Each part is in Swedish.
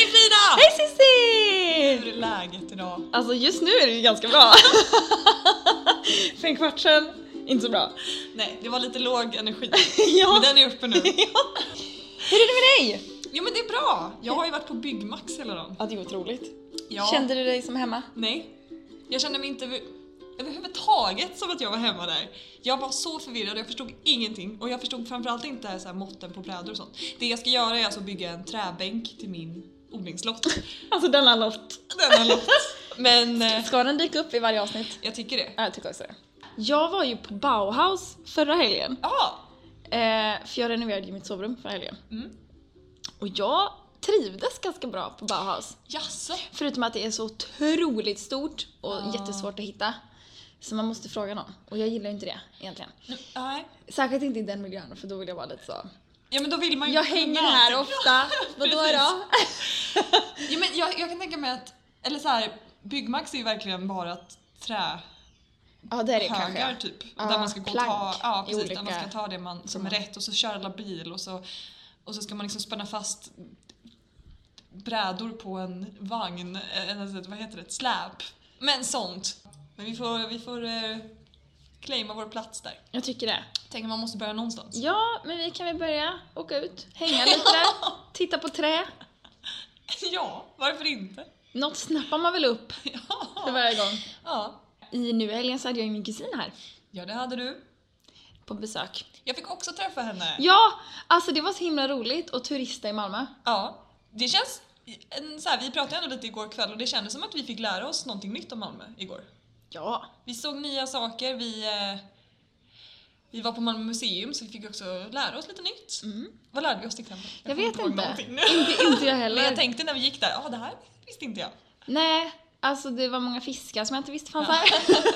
Frida! Hej Cissi! Hur är läget idag? Alltså just nu är det ju ganska bra. För en kvart sedan, inte så bra. Nej, det var lite låg energi. Ja. Men den är uppe nu. Ja. Hur är det med dig? Jo men det är bra. Jag har ju varit på Byggmax hela dagen. Ja, det är otroligt. Ja. Kände du dig som hemma? Nej. Jag kände mig inte överhuvudtaget som att jag var hemma där. Jag var så förvirrad, jag förstod ingenting. Och jag förstod framförallt inte så här måtten på brädor och sånt. Det jag ska göra är alltså att bygga en träbänk till min odlingslott. Alltså denna lott. Denna lott. Men Ska den dyka upp i varje avsnitt? jag tycker det. Ja, jag tycker också det. Jag var ju på Bauhaus förra helgen. Ja. För jag renoverade ju mitt sovrum förra helgen. Mm. Och jag trivdes ganska bra på Bauhaus. Jaså? Förutom att det är så otroligt stort och jättesvårt att hitta. Så man måste fråga någon. Och jag gillar inte det egentligen. Nej. Särskilt inte i den miljön, för då vill jag vara lite så. Ja men då vill man ju Jag hänger här ofta. Vadå då? Ja, men jag kan tänka mig att, eller så här, Byggmax är ju verkligen bara trä. Ja, det är det högar kanske. typ. Ja, där man ska gå och plank ta, ja, i precis, olika- där man ska ta det som är rätt och så köra alla bil och så ska man liksom spänna fast brädor på en vagn, vad heter det, ett släp. Men sånt. Men vi får claima vår plats där. Jag tycker det. Tänker man måste börja någonstans. Ja, men vi kan väl börja åka ut, hänga lite där, titta på trä. Ja, varför inte? Något snappar man väl upp för varje gång. Ja. I nu helgen så hade jag ju min kusin här Ja, det hade du. på besök. Jag fick också träffa henne. Ja, alltså det var så himla roligt att turista i Malmö. Ja, det känns så här, vi pratade ändå lite igår kväll och det kändes som att vi fick lära oss någonting nytt om Malmö igår. Ja, Vi såg nya saker, vi var på Malmö museum så vi fick också lära oss lite nytt. Vad lärde vi oss till exempel? jag kommer vet ihåg inte. någonting nu. Inte jag Men heller. jag tänkte när vi gick där, det här visste inte jag. Nej, alltså det var många fiskar som jag inte visste fanns här.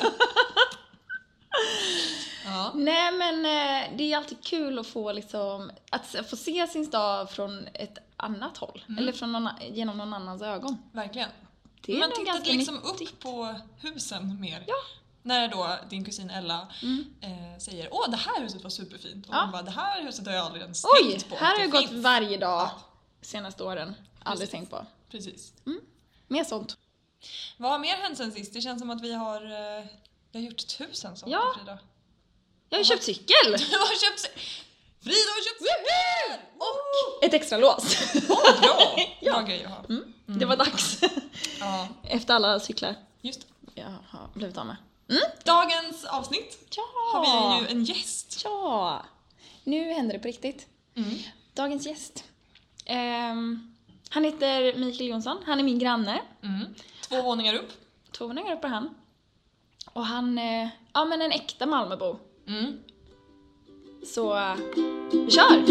Ja. Nej, men det är alltid kul att få liksom, att få se sin stad från ett annat håll. Eller från genom någon annans ögon. Verkligen. Det är Man nog tittade ganska liksom nyttigt. upp på husen mer. Ja. När då din kusin Ella säger, det här huset var superfint. Och Ja. hon bara, det här huset har jag aldrig ens Oj, tänkt på. här har Det jag gått finns. varje dag Ja. senaste åren. Aldrig tänkt på. Precis. Mer sånt. Vad har mer hänt sen sist? Det känns som att vi har gjort 1000 saker, Ja. Frida. Jag har ju köpt cykel! Du har köpt Frida har köpt cykel! Och ett extra lås. Bra! Ja. Bra grej att ha. Det var dags. Ja, Efter alla cyklar just det. jag har blivit av med. Dagens avsnitt Ja! har vi ju en gäst. Ja! Nu händer det på riktigt. Dagens gäst. Han heter Mikael Jonsson. Han är min granne. 2 våningar upp. 2 våningar upp är han. Och han är en äkta Malmöbo. Så vi kör!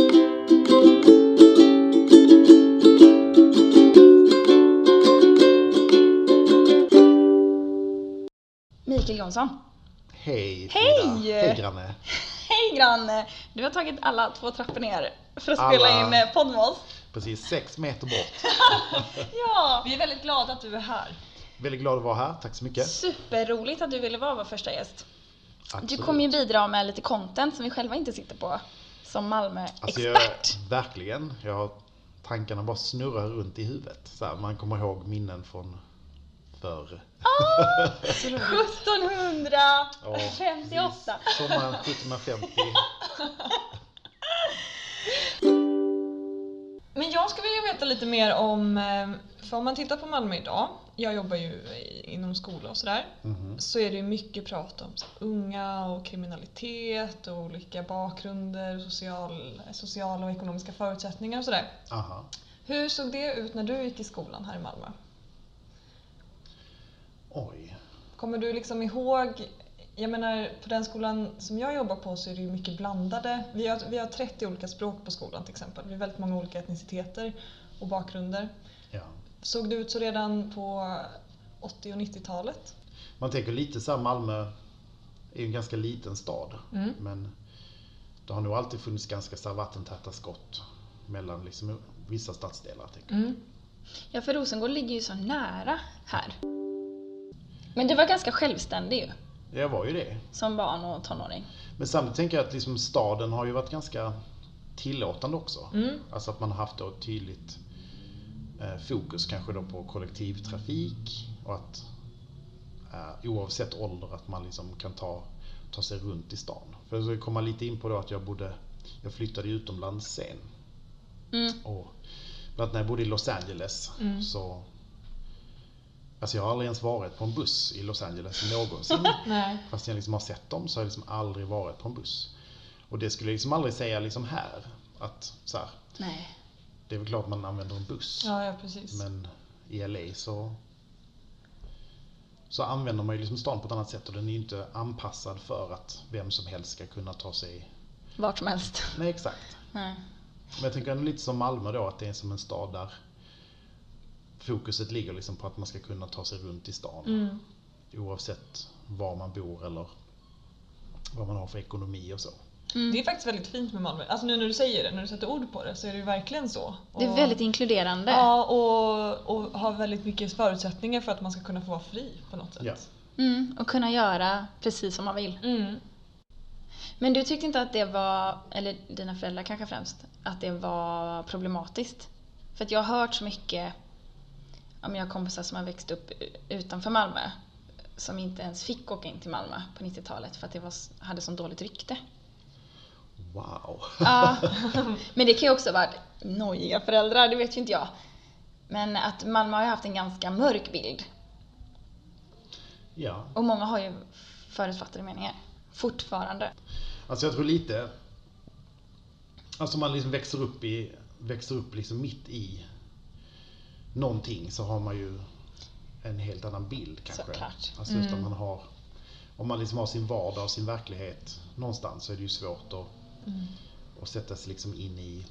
Mikael Jonsson. Hej Hej! Frida. Hej granne. Hej granne! Du har tagit alla 2 trappor ner för att spela Alla. in podd med oss. Precis 6 meter bort. Ja! Vi är väldigt glada att du är här. Väldigt glad att vara här, tack så mycket. Superroligt att du ville vara vår första gäst. Absolut. Du kommer ju bidra med lite content som vi själva inte sitter på. Som Malmö-expert. Alltså verkligen. Tankarna bara snurrar runt i huvudet. Så här, man kommer ihåg minnen från förr. 1758. Sommaren 1750. Men jag skulle vilja veta lite mer om, för om man tittar på Malmö idag, jag jobbar ju inom skola och sådär, så är det ju mycket prat om så, unga och kriminalitet och olika bakgrunder, sociala och ekonomiska förutsättningar och sådär. Aha. Hur såg det ut när du gick i skolan här i Malmö? Oj. Kommer du liksom ihåg, jag menar på den skolan som jag jobbar på så är det ju mycket blandade. Vi har 30 olika språk på skolan till exempel. Vi har väldigt många olika etniciteter och bakgrunder. Ja. Såg det ut så redan på 80- och 90-talet? Man tänker lite så här, Malmö är ju en ganska liten stad. Men det har nog alltid funnits ganska så här vattentäta skott mellan liksom vissa stadsdelar. Tänker jag. Ja, för Rosengård ligger ju så nära här. Men du var ganska självständig ju. Jag var ju det. Som barn och tonåring. Men samtidigt tänker jag att liksom staden har ju varit ganska tillåtande också. Alltså att man har haft ett tydligt fokus kanske då på kollektivtrafik och att oavsett ålder att man liksom kan ta sig runt i stan. För jag ska komma lite in på då att jag flyttade utomlands sen. Och bland annat när jag bodde i Los Angeles så alltså jag har aldrig ens varit på en buss i Los Angeles någonsin. Fast jag liksom har sett dem så har jag liksom aldrig varit på en buss. Och det skulle jag liksom aldrig säga liksom här att så här, Nej. det är väl klart man använder en buss. Ja, precis. Men i LA så använder man ju liksom stan på ett annat sätt och den är ju inte anpassad för att vem som helst ska kunna ta sig Vart som helst. Nej, exakt. Nej. Men jag tänker ändå lite som Malmö då, att det är som en stad där fokuset ligger liksom på att man ska kunna ta sig runt i stan. Oavsett var man bor eller vad man har för ekonomi och så. Det är faktiskt väldigt fint med Malmö. Alltså nu när du säger det, när du sätter ord på det så är det ju verkligen så. Det är väldigt inkluderande. Ja, och har väldigt mycket förutsättningar för att man ska kunna få vara fri på något sätt. Ja. Och kunna göra precis som man vill. Men du tyckte inte att det var, eller dina föräldrar kanske främst, att det var problematiskt? För att jag har hört så mycket om jag har kompisar som har växt upp utanför Malmö som inte ens fick åka in till Malmö på 90-talet för att det hade sån dåligt rykte. Wow. Ja, men det kan ju också vara nojiga föräldrar, det vet ju inte jag. Men att Malmö har ju haft en ganska mörk bild. Ja. Och många har ju förutfattade meningar. Fortfarande. Alltså jag tror lite, alltså man liksom växer upp liksom mitt i någonting så har man ju en helt annan bild kanske. Såklart. Alltså just om man liksom har sin vardag och sin verklighet någonstans så är det ju svårt att sätta sig liksom in i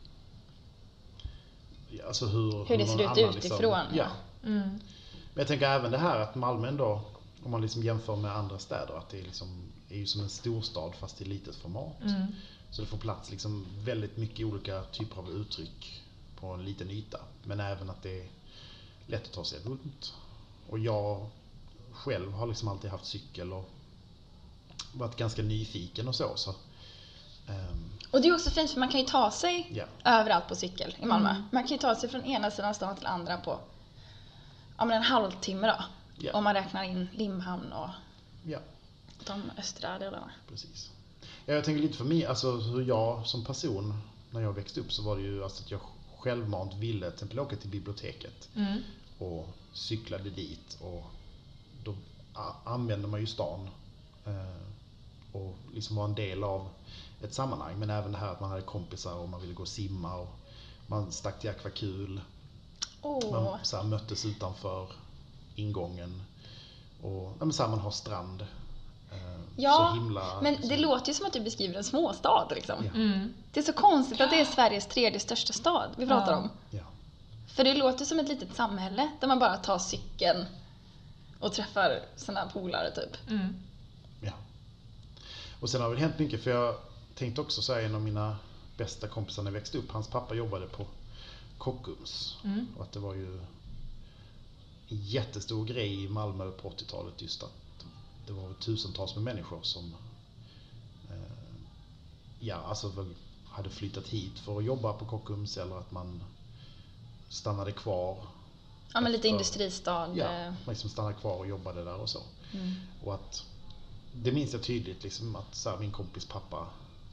alltså hur det ser någon ut annan utifrån. Liksom, ja. Men jag tänker även det här att Malmö ändå, om man liksom jämför med andra städer, att det är ju som en storstad fast i litet format. Så det får plats liksom väldigt mycket olika typer av uttryck på en liten yta. Men även att det är lätt att ta sig runt. Och jag själv har liksom alltid haft cykel och varit ganska nyfiken och så. Och det är också fint för man kan ju ta sig överallt på cykel i Malmö. Man kan ju ta sig från ena sidan stan till andra på en halvtimme då. Ja. Om man räknar in Limhamn och Ja. de östra delarna. Precis. Jag tänker lite för mig, alltså hur jag som person, när jag växte upp så var det ju alltså att jag självmant ville till exempel åka till biblioteket och cyklade dit och då använde man ju stan och liksom var en del av ett sammanhang, men även det här att man hade kompisar och man ville gå och simma och man stack till akvakul. Man så här möttes utanför ingången och så här, man har strand. Ja, så himla, men det låter ju som att du beskriver en småstad liksom. Ja. Det är så konstigt att det är Sveriges 3:e största stad vi pratar om. Ja. För det låter som ett litet samhälle där man bara tar cykeln och träffar såna polare typ. Ja. Och sen har det hänt mycket, för jag tänkte också säga en av mina bästa kompisar när jag växte upp, hans pappa jobbade på Kockums. Och att det var ju en jättestor grej i Malmö på 80-talet just att det var tusentals med människor som alltså väl hade flyttat hit för att jobba på Kockums eller att man stannade kvar. Ja, men lite industristad. Ja, man liksom stannade kvar och jobbade där och så. Och att det minns jag tydligt liksom att så här, min kompis pappa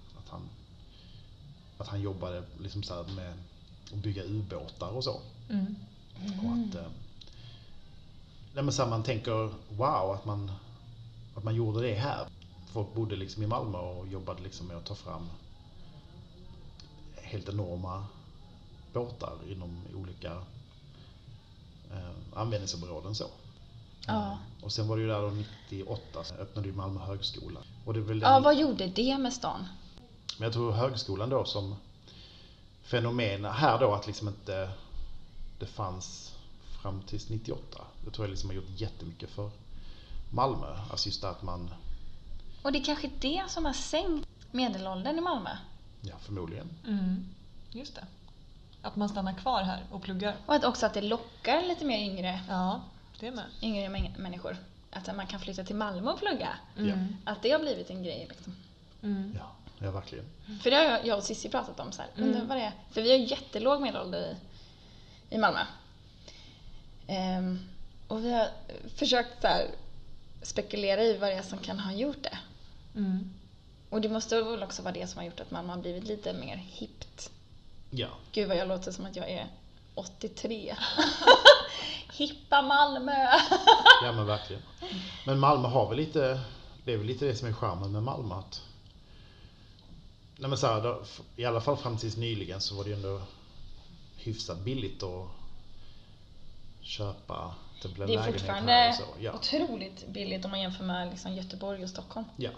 att han jobbade liksom så här med att bygga ubåtar och så. Och att så här, man tänker wow att man gjorde det här. Folk bodde liksom i Malmö och jobbade liksom med att ta fram helt enorma båtar inom olika användningsområden så. Ja. Och sen var det ju där då 98 så öppnade ju Malmö högskola. Och det är väl vad gjorde det med stan? Men jag tror högskolan då som fenomen här då att liksom inte det fanns fram tills 98. Det tror jag liksom har gjort jättemycket för Malmö. Alltså just att man... Och det är kanske det som har sänkt medelåldern i Malmö. Ja, förmodligen. Just det. Att man stannar kvar här och pluggar. Och att det lockar lite mer yngre. Ja, det med. Yngre människor. Att man kan flytta till Malmö och plugga. Ja. Att det har blivit en grej liksom. Ja, verkligen. För det har jag och Cissi pratat om så här. Undrar vad det är. För vi har jättelåg medelålder i Malmö. Och vi har försökt så här spekulera i vad det är som kan ha gjort det. Och det måste väl också vara det som har gjort att Malmö har blivit lite mer hippt. Ja. Gud vad jag låter som att jag är 83. Hippa Malmö. Ja, men verkligen. Men Malmö har väl lite, det är väl lite det som är charmen med Malmö. Att, nej men så här, då, i alla fall fram tills nyligen så var det ju ändå hyfsat billigt att köpa typ en Det är lägenhet fortfarande här och så. Ja. otroligt billigt om man jämför med liksom Göteborg och Stockholm. Ja.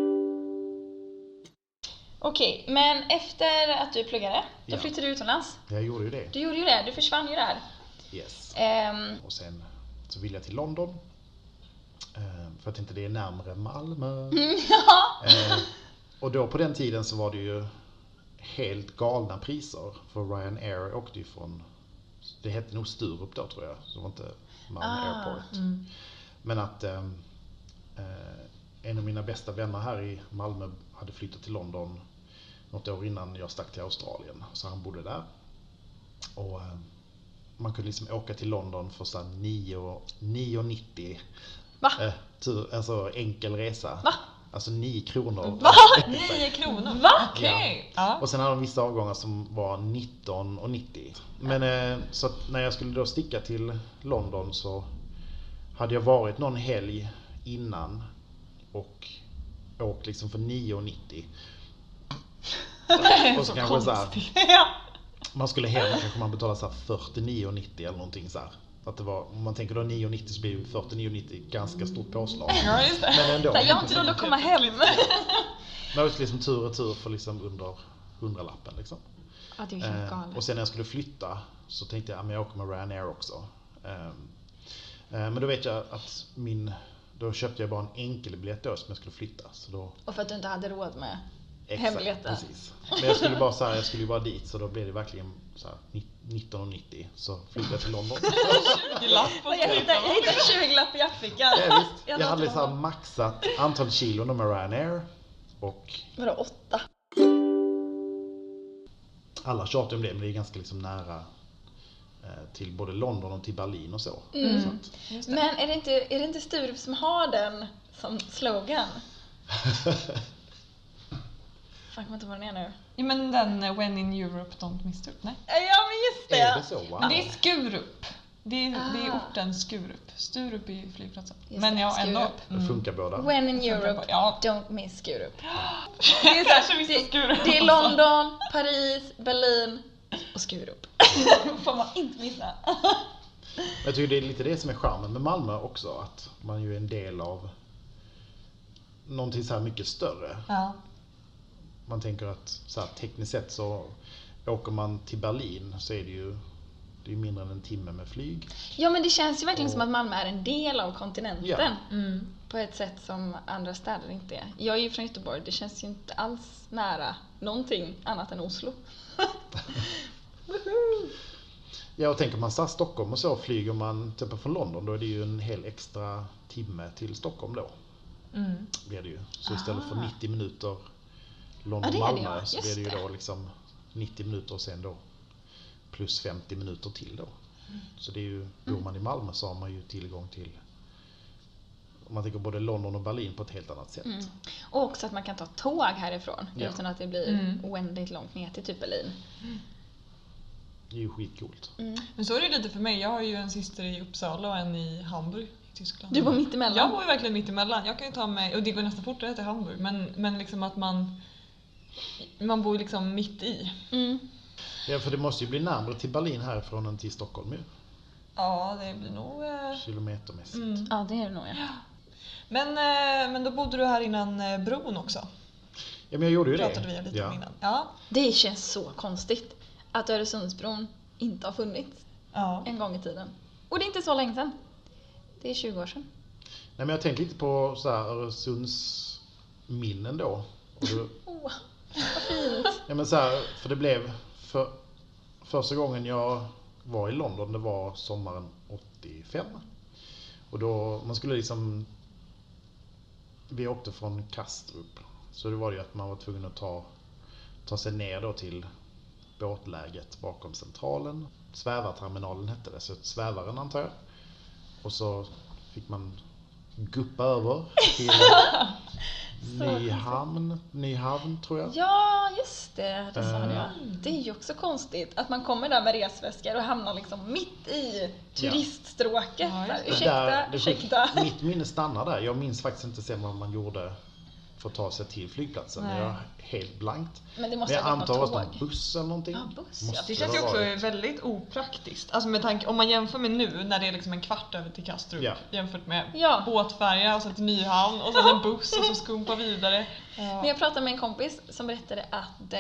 Okej, men efter att du pluggade, då Ja. flyttade du utomlands. Jag gjorde ju det. Du gjorde ju det, du försvann ju där. Yes. Och sen så ville jag till London. För att inte det är närmare Malmö. Och då på den tiden så var det ju helt galna priser. För Ryanair åkte ju från, det hette nog Sturup då tror jag. Så det var inte Malmö Airport. Men att en av mina bästa vänner här i Malmö hade flyttat till London något år innan jag stack till Australien. Så han bodde där. Och man kunde liksom åka till London för så 9,90. Va? Alltså enkel resa. Va? Alltså 9 kronor. Va? 9 kronor? Va? Okej. Ja. Ja. Och sen hade de vissa avgångar som var 19,90. Men så att när jag skulle då sticka till London så hade jag varit någon helg innan och åkt liksom för 9,90. Och så kanske så här, man skulle hem kanske man betalar så här 49,90 eller någonting så här. Att det var, om man tänker då 9,90 så blir 49,90 ganska stort påslag. Ja, just det. Men ändå. Jag har inte råd att komma hem. Men det var liksom tur och tur för liksom under 100-lappen liksom. Ja, det är helt galet. Och sen när jag skulle flytta så tänkte jag att jag åker med Ryanair också. Men då vet jag att då köpte jag bara en enkelbiljett då som jag skulle flytta. Så då, Och för att du inte hade råd med exakt, hembiljetten. precis. Men jag skulle bara så här, jag skulle ju bara dit så då blev det verkligen så här 19,90 så flyttade jag till London. 20-lapp och Jag hittade en 20-lapp i jackfickan. Ja, visst. Jag hade så här maxat antal kilon med Ryanair och Vadå 8? alla chartern blev, men det är ganska liksom nära till både London och till Berlin och så. Så att, Men är det inte Sturup som har den som slogan? Fan, kommer inte på vad den är nu. Ja, men den When in Europe don't miss Sturup, nej. Ja, men just det. är det så? Wow. Men det är Skurup. Det är orten Skurup. Sturup är ju flygplatsen. Just Men det, ja, ändå. Det funkar båda. When in Europe, Ja. don't miss Skurup. Det är kanske vissa Skurup. Det är London, Paris, Berlin och Skurup. Får man inte missa. Jag tycker det är lite det som är charmen med Malmö också. Att man ju är en del av någonting så här mycket större. Ja. Man tänker att så här, tekniskt sett så åker man till Berlin så är det är mindre än en timme med flyg. Ja, men det känns ju verkligen som att Malmö är en del av kontinenten. Ja. På ett sätt som andra städer inte är. Jag är ju från Göteborg, det känns ju inte alls nära någonting annat än Oslo. Ja, och tänker man så här, Stockholm och så flyger man typ från London, då är det ju en hel extra timme till Stockholm då. Blir det ju. Så istället för 90 minuter London-Malmö så blir det ju då liksom 90 minuter och sen då plus 50 minuter till då. Så det är ju, bor man i Malmö så har man ju tillgång till, om man tänker både London och Berlin på ett helt annat sätt. Och också att man kan ta tåg härifrån Ja. utan att det blir oändligt långt ner till typ Berlin. Det är ju skitcoolt. Men så är det lite för mig. Jag har ju en syster i Uppsala och en i Hamburg i Tyskland. Du bor mitt emellan. Jag bor ju verkligen mitt emellan. Jag kan ju ta mig, och det går nästan fortare till Hamburg, men liksom att man bor liksom mitt i. Ja, för det måste ju bli närmare till Berlin härifrån än till Stockholm ju. Ja, det blir nog... Kilometermässigt. Ja, det är det nog. Ja. Men då bodde du här innan bron också. Ja, men jag gjorde ju Pratade det. vi lite om innan. Ja. Det känns så konstigt att Öresundsbron inte har funnits Ja. en gång i tiden. Och det är inte så länge sedan. Det är 20 år sedan. Nej, men jag tänkte lite på så här Öresundsminnen då. Och då Åh, vad fint. ja, men så här, för det blev första gången jag var i London, det var sommaren 85. Och då man skulle liksom, vi åkte från Kastrup, så det var ju att man var tvungen att ta sig ner då till båtläget bakom centralen. svävarterminalen hette det, så svävaren antar jag. Och så fick man guppa över till Nyhavn tror jag. Ja, just det sa du. Det är ju också konstigt att man kommer där med resväskor och hamnar liksom mitt i turiststråket. Ursäkta. Mitt minne stannar där. Jag minns faktiskt inte sen vad man gjorde för att ta sig till flygplatsen. Nej. Jag är helt blankt. Men det måste jag ha varit antar något att tåg. det var buss eller någonting. Ja, buss. Det känns ju också väldigt opraktiskt. Alltså med tanke, om man jämför med nu när det är liksom en kvart över till Kastrup jämfört med båtfärja och så till Nyhavn och sen en buss och så skumpa vidare. Men jag pratade med en kompis som berättade att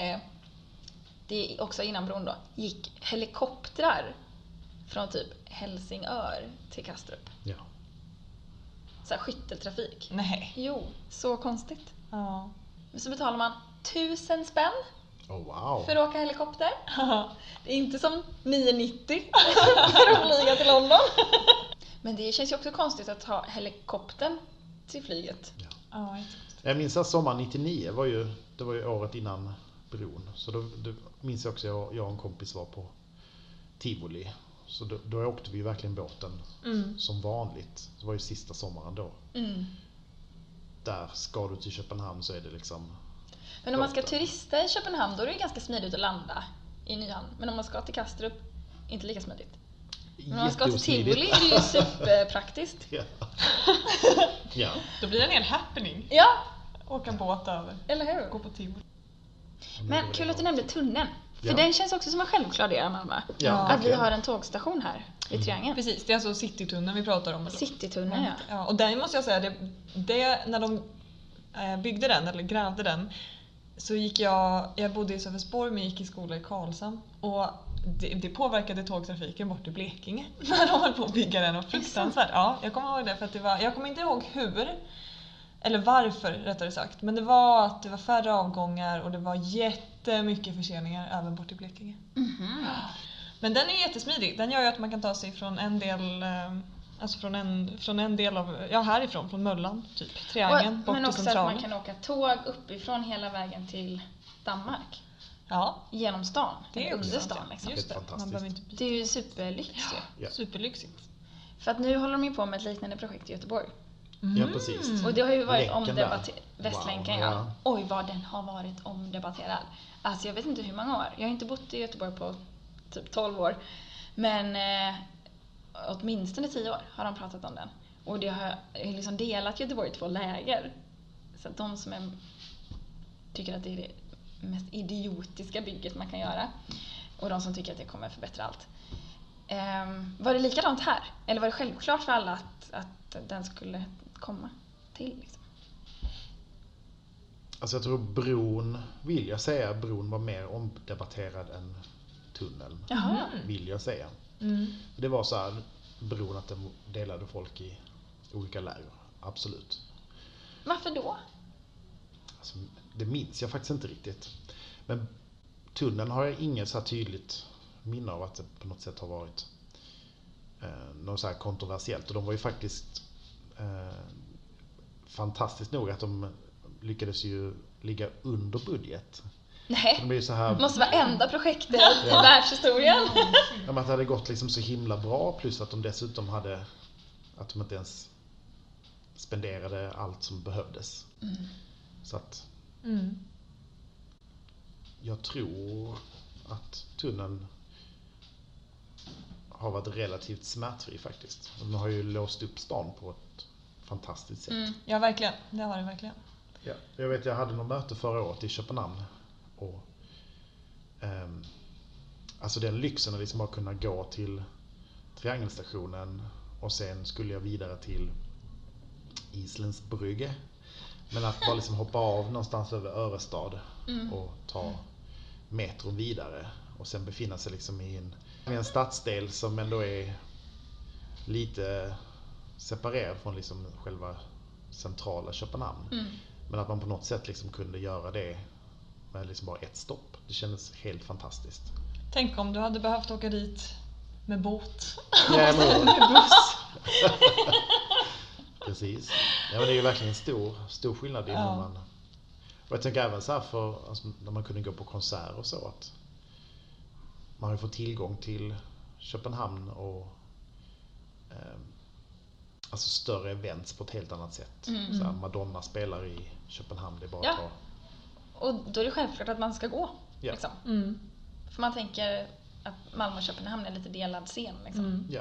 det också innan bron då gick helikoptrar från typ Helsingör till Kastrup. Ja. Så här skytteltrafik. Nej. Jo, så konstigt. Ja. Men så betalar man 1000 spänn Wow. för att åka helikopter. Det är inte som 990 för att flyga till London. Men det känns ju också konstigt att ha helikoptern till flyget. Ja. Jag minns att sommaren 99 var ju året innan bron. Så då minns jag också jag och en kompis var på Tivoli. Så då åkte vi verkligen båten som vanligt. Det var ju sista sommaren då. Där ska du till Köpenhamn så är det liksom... Men om man ska turista i Köpenhamn då är det ganska smidigt att landa i Nyhamn. Men om man ska till Kastrup, inte lika smidigt. Men om man ska till Tivoli är det ju superpraktiskt. Ja. Då blir det en hel happening. Ja. Åka båt över. Eller hur? Gå på Tivoli. Men kul att du nämnde tunneln. För den känns också som en självklar del av Malmö. Att vi har en tågstation här vid Triangeln. Precis, det är alltså Citytunneln vi pratar om. Citytunneln, ja. Och den måste jag säga, det när de byggde den eller grävde den så gick jag bodde i Sölvesborg men gick i skola i Karlshamn och det påverkade tågtrafiken bort till Blekinge när de höll på att bygga den och fruktansvärt. Ja, jag kommer ihåg det för att jag kommer inte ihåg hur eller varför rättare sagt, men det var att det var färre avgångar och det var jättemycket förseningar även bort till Blekinge. Men den är jättesmidig. Den gör ju att man kan ta sig från en del alltså från en del av härifrån från Möllan typ Triangeln bort till Centralen. Men också att man kan åka tåg uppifrån hela vägen till Danmark. Ja, genom stan. Det är under stan liksom. Just det. Man behöver inte byta. Det är ju superlyx ju. Superlyxigt. För att nu håller de ju på med ett liknande projekt i Göteborg. Ja, precis. Och det har ju varit omdebatterat. Västlänken, wow, ja. Oj, vad den har varit omdebatterad. Alltså jag vet inte hur många år. Jag har inte bott i Göteborg på typ 12 år. Men åtminstone 10 år har de pratat om den. Och det har liksom delat Göteborg i 2 läger. Så att de som tycker att det är det mest idiotiska bygget man kan göra. Och de som tycker att det kommer förbättra allt. Var det likadant här? Eller var det självklart för alla att den skulle komma till? Liksom? Alltså jag tror bron var mer omdebatterad än tunneln. Vill jag säga. Det var så här, bron att den delade folk i olika läger. Absolut. Varför då? Alltså, det minns jag faktiskt inte riktigt. Men tunneln har jag inget så här tydligt minne av att det på något sätt har varit något så här kontroversiellt. Och de var ju faktiskt fantastiskt nog att de lyckades ju ligga under budget. Nej, det så här, måste vara enda projektet i världshistorien. Att det hade gått liksom så himla bra, plus att de dessutom att de inte ens spenderade allt som behövdes. Så att jag tror att tunneln har varit relativt smärtfri faktiskt. De har ju låst upp stan på ett fantastiskt sätt. Ja, verkligen. Det har det verkligen. Ja, jag hade något möte förra året i Köpenhamn och alltså den lyxen att liksom bara kunna gå till Triangelstationen och sen skulle jag vidare till Islands Brygge. Men att bara liksom hoppa av någonstans över Örestad och ta metron vidare och sen befinna sig liksom i en stadsdel som ändå är lite separerad från liksom själva centrala Köpenhamn. Men att man på något sätt liksom kunde göra det med liksom bara ett stopp. Det kändes helt fantastiskt. Tänk om du hade behövt åka dit med båt. Ja, med buss. Precis. Ja, men det är ju verkligen stor skillnad i hur man... Och jag tänker även så här för alltså, när man kunde gå på konsert och så att man har ju fått tillgång till Köpenhamn och alltså större events på ett helt annat sätt. Så här, Madonna spelar i Köpenhamn, det är bara att ta. Och då är det självklart att man ska gå. Ja. Liksom. För man tänker att Malmö och Köpenhamn är lite delad scen. Liksom. Ja.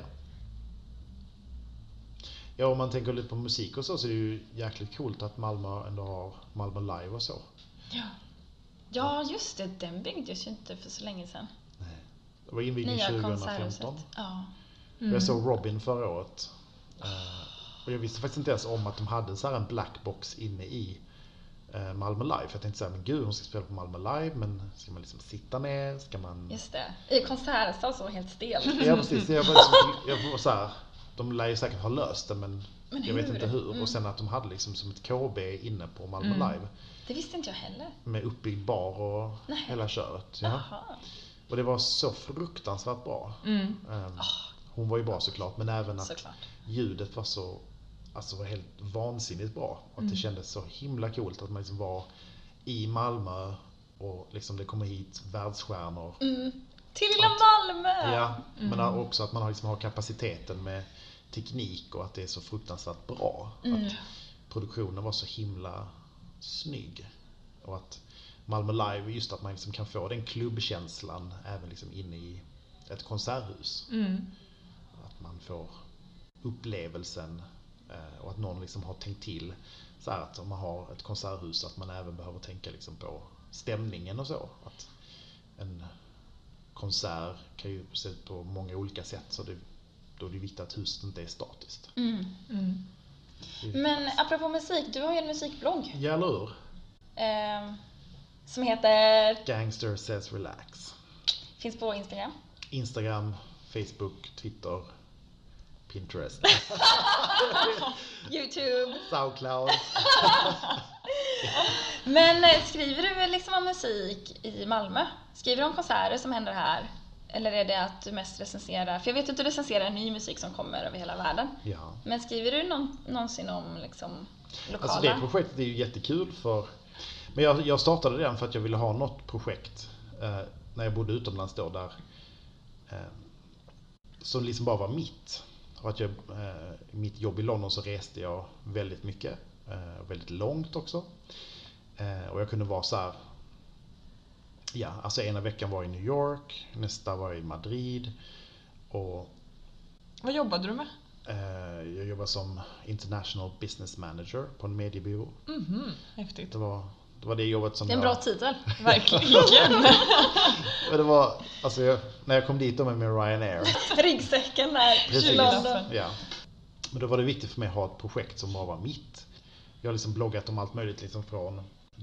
Ja, om man tänker lite på musik och så är det ju jäkligt coolt att Malmö ändå har Malmö Live och så. Ja, just det. Den byggdes ju inte för så länge sedan. Nej. Det var invigning 2015. Ja. Jag såg Robin förra året. Och jag visste faktiskt inte ens om att de hade så här en blackbox inne i Malmö Live. För jag tänkte såhär, men gud, hon ska spela på Malmö Live, men ska man liksom sitta ner? Ska man... Just det. I konsertsal så helt stel. Ja, precis. Jag var så här, de lär ju säkert ha löst det, men jag vet inte hur. Och sen att de hade liksom som ett KB inne på Malmö Live. Det visste inte jag heller. Med uppbyggd bar och hela köret. Ja. Och det var så fruktansvärt bra. Hon var ju bra såklart, men även att ljudet var så, alltså var helt vansinnigt bra. Och att det kändes så himla coolt att man liksom var i Malmö och liksom det kommer hit världsstjärnor. Till lilla Malmö! Ja, men också att man liksom har kapaciteten med teknik och att det är så fruktansvärt bra. Att produktionen var så himla snygg. Och att Malmö Live, just att man liksom kan få den klubbkänslan även liksom inne i ett konserthus. Att man får upplevelsen och att någon liksom har tänkt till så här att om man har ett konserthus att man även behöver tänka liksom på stämningen och så. Att en konsert kan ju se ut på många olika sätt, så då är det viktigt att huset inte är statiskt. Men apropå musik, du har ju en musikblogg. Ja, eller hur? Som heter Gangster Says Relax. Finns på Instagram. Instagram, Facebook, Twitter, Pinterest. YouTube. Soundcloud. Men skriver du liksom om musik i Malmö? Skriver du om konserter som händer här? Eller är det att du mest recenserar? För jag vet att du recenserar ny musik som kommer över hela världen. Ja. Men skriver du någonsin om liksom lokala? Alltså det projektet är ju jättekul men jag startade den för att jag ville ha något projekt när jag bodde utomlands då där som liksom bara var mitt. Och att mitt jobb i London så reste jag väldigt mycket. Väldigt långt också. Och jag kunde vara så här. Ja, alltså ena veckan var jag i New York. Nästa var jag i Madrid. Och vad jobbade du med? Jag jobbade som International Business Manager på en mediebyrå. Häftigt. Det var det jobbet som det är en bra titel. Verkligen. Men det var, alltså när jag kom dit med Ryanair. Ryggsäcken där i London. Ja. Men då var det viktigt för mig att ha ett projekt som bara var mitt. Jag har liksom bloggat om allt möjligt liksom från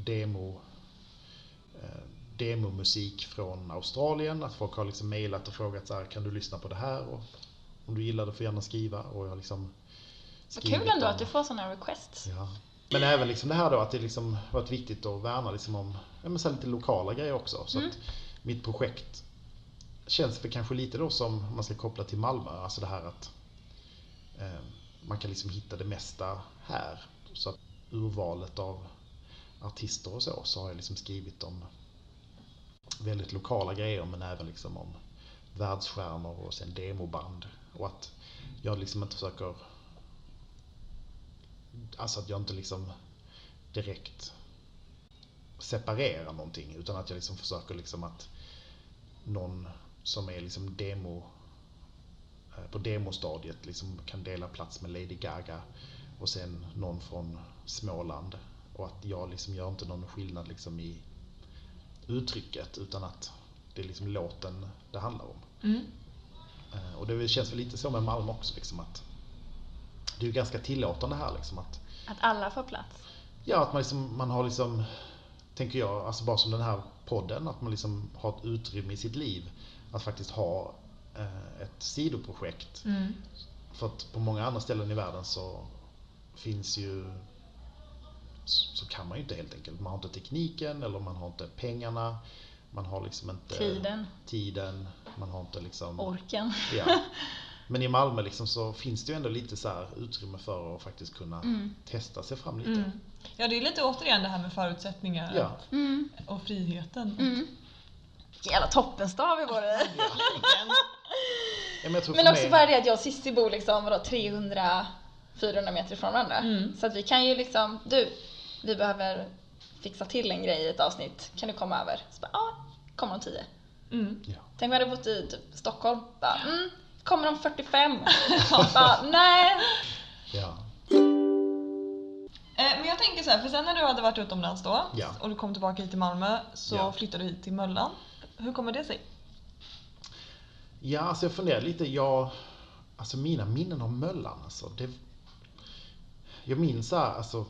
demomusik från Australien. Att folk har liksom mejlat och frågat så här, kan du lyssna på det här? Och om du gillar det får gärna skriva. Och jag har liksom vad kul ändå att du får sådana requests. Ja. Men även liksom det här då att det liksom varit viktigt att värna liksom om så lite lokala grejer också. Så att mitt projekt känns för kanske lite då som man ska koppla till Malmö. Alltså det här att man kan liksom hitta det mesta här. Så att urvalet av artister och så har jag liksom skrivit om väldigt lokala grejer, men även liksom om världsstjärnor och sen demoband. Och att jag liksom inte försöker, alltså att jag inte liksom direkt separerar någonting, utan att jag liksom försöker liksom att någon som är liksom på demostadiet liksom kan dela plats med Lady Gaga och sen någon från Småland, och att jag liksom gör inte någon skillnad liksom i uttrycket, utan att det är liksom låten det handlar om. Och det känns väl lite så med Malmö också liksom, att det är ju ganska tillåtande här liksom, att alla får plats. Ja, att man har liksom, tänker jag, alltså bara som den här podden, att man liksom har ett utrymme i sitt liv att faktiskt ha ett sidoprojekt. För att på många andra ställen i världen så finns ju, så kan man ju inte helt enkelt, man har inte tekniken eller man har inte pengarna, man har liksom inte tiden, man har inte liksom orken. Ja. Men i Malmö liksom så finns det ju ändå lite så här utrymme för att faktiskt kunna testa sig fram lite. Ja, det är lite återigen det här med förutsättningar och friheten. Jävla toppenstav i våra. Men också bara det att jag och Cissi bor liksom 300-400 meter ifrån varandra. Så att vi kan ju liksom, vi behöver fixa till en grej i ett avsnitt. Kan du komma över? Så bara, kommer de 10. Ja. Tänk om jag hade bott i typ Stockholm. Bara, kommer de 45? Bara, nej. Ja. Men jag tänker så här, för sen när du hade varit utomlands då Ja. och du kom tillbaka hit till Malmö så flyttade du hit till Möllan. Hur kommer det sig? Ja, alltså jag funderar lite. Alltså mina minnen om Möllan, alltså, jag minns alltså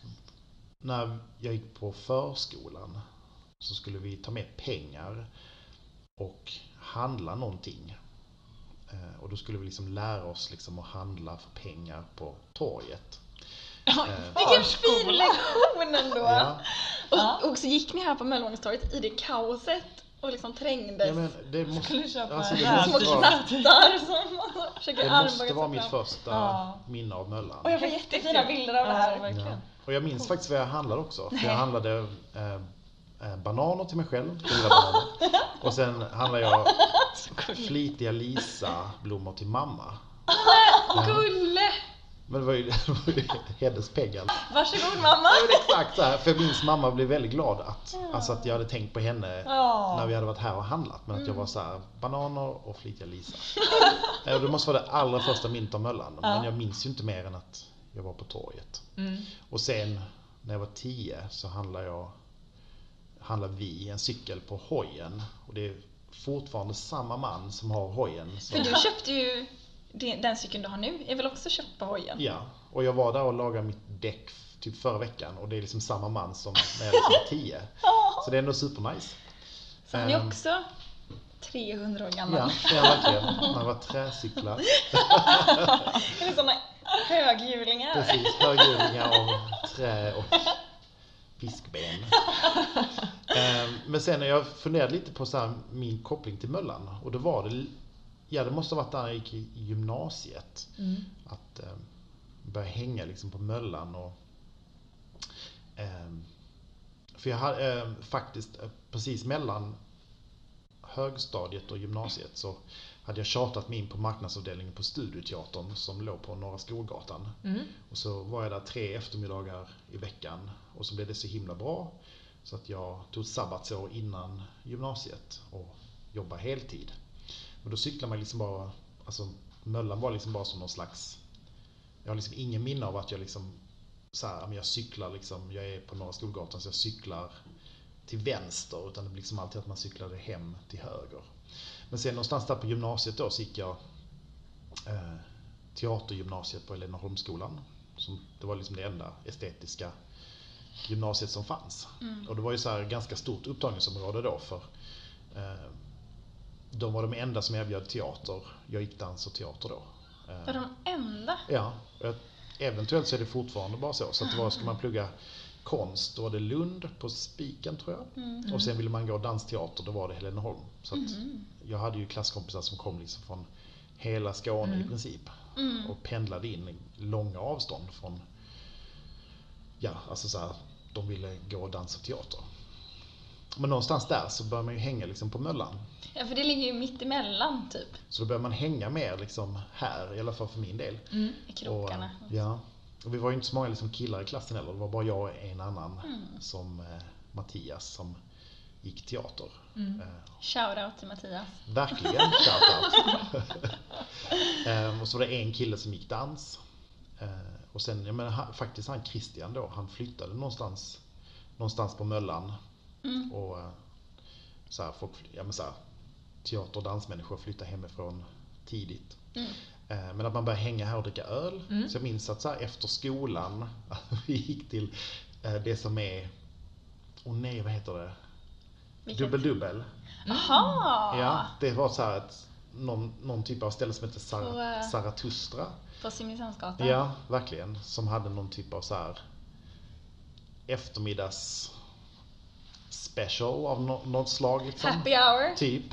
när jag gick på förskolan så skulle vi ta med pengar och handla någonting. Och då skulle vi liksom lära oss liksom att handla för pengar på torget. Vilken fin lektion ändå! Ja. Och så gick ni här på Möllevångstorget i det kaoset och liksom trängdes. Ja, men det måste, Skulle köpa alltså, det det här. Små måste vara, knattar som försöker det måste armbåga vara sig mitt fram. första minne av Möllan. Och jag får jättefina bilder av det här. Verkligen. Ja. Och jag minns faktiskt vad jag handlade också. För jag handlade bananer till mig själv, 4 bananer. Och sen handlade jag flitiga Lisa-blommor till mamma. Gulle! Men det var ju Heddes pengar. Varsågod mamma! Ja, men exakt så här. För min mamma blev väldigt glad att jag hade tänkt på henne när vi hade varit här och handlat. Men att jag var så här, bananer och flitiga Lisa. Det måste vara det allra första minnet av Möllan. Men jag minns ju inte mer än att jag var på torget. Och sen när jag var 10 så handlade vi en cykel på Hojen. Och det är fortfarande samma man som har Hojen. För du köpte ju den cykeln du har nu är väl också köpt på Hojen? Ja, och jag var där och lagade mitt däck typ förra veckan. Och det är liksom samma man som när jag var 10. Så det är ändå supernice. Så han är också 300 år gammal. Ja, det är verkligen. Man var träcyklar. Det är sådana höghjulingar. Precis, höghjulingar av trä och fiskben. Men sen när jag funderade lite på så här, min koppling till Möllan. Och då var det måste ha varit där jag gick i gymnasiet. Att börja hänga liksom på Möllan. Och, för jag hade faktiskt precis mellan högstadiet och gymnasiet så hade jag tjatat mig in på marknadsavdelningen på Studioteatern som låg på Norra Skolgatan. Och så var jag där 3 eftermiddagar i veckan och så blev det så himla bra så att jag tog sabbatsår innan gymnasiet och jobbade heltid. Och då cyklar man liksom bara, alltså Möllan var liksom bara som någon slags, jag har liksom ingen minne av att jag liksom så här, men jag cyklar liksom, jag är på Norra Skolgatan så jag cyklar till vänster, utan det blir liksom alltid att man cyklade hem till höger. Men sen någonstans där på gymnasiet då så gick jag teatergymnasiet på Elenaholmsskolan. Det var liksom det enda estetiska gymnasiet som fanns. Och det var ju så här ganska stort upptagningsområde då för de var de enda som erbjöd teater. Jag gick dans och teater då. Var de enda? Ja, eventuellt så är det fortfarande bara så. Så att det var, ska man plugga konst, då var det Lund på Spiken tror jag. Och sen ville man gå dansteater, då var det Heleneholm. Så att jag hade ju klasskompisar som kom liksom från hela Skåne i princip. Och pendlade in i långa avstånd från, ja alltså så här, de ville gå dans och teater. Men någonstans där så börjar man ju hänga liksom på Möllan. Ja, för det ligger ju mitt emellan typ. Så då börjar man hänga mer liksom här, i alla fall för min del. I krokarna. Och vi var ju inte så många liksom killar i klassen heller. Det var bara jag och en annan som Mattias som gick teater. Shoutout till Mattias. Verkligen shoutout. Och så var det en kille som gick dans. Och sen, jag menar, faktiskt han Christian då, han flyttade någonstans på Möllan. Och så här, folk, ja men så här, teater- och dansmänniskor flyttar hemifrån tidigt. Men att man börjar hänga här och dricka öl. Så jag minns att så här, efter skolan vi gick till det som är, vad heter det? Vilket? Dubbel. Aha! Ja, det var så här någon typ av ställe som heter Zarathustra. På Simrishamnsgatan. Ja, verkligen. Som hade någon typ av så här eftermiddags special av något slag liksom. Happy hour. Typ.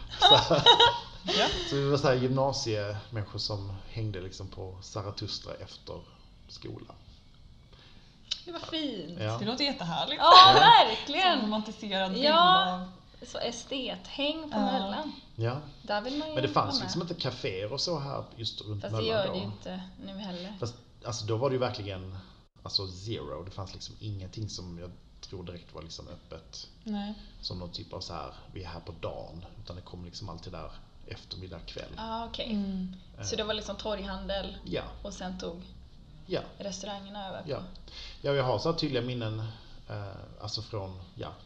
Så vi var så här gymnasiemänniskor som hängde liksom på Zarathustra efter skolan. Det var fint. Ja. Det låter jättehärligt. Ja, Som verkligen. romantiserad bild Ja. av så estethäng på Möllan. Ja. Där vill man ju Men det fanns vara liksom med. inte kaféer och så här just runt Fast Möllan det gör då. det ju inte nu heller. Fast alltså då var det ju verkligen alltså zero. Det fanns liksom ingenting som jag tror direkt var liksom öppet. Nej. Som någon typ av så här, vi är här på dagen. Utan det kom liksom alltid där eftermiddag, kväll. Okej. Så det var liksom torghandel Ja. och sen tog Ja. restaurangerna över på. Ja. Ja, jag har så här tydliga minnen alltså från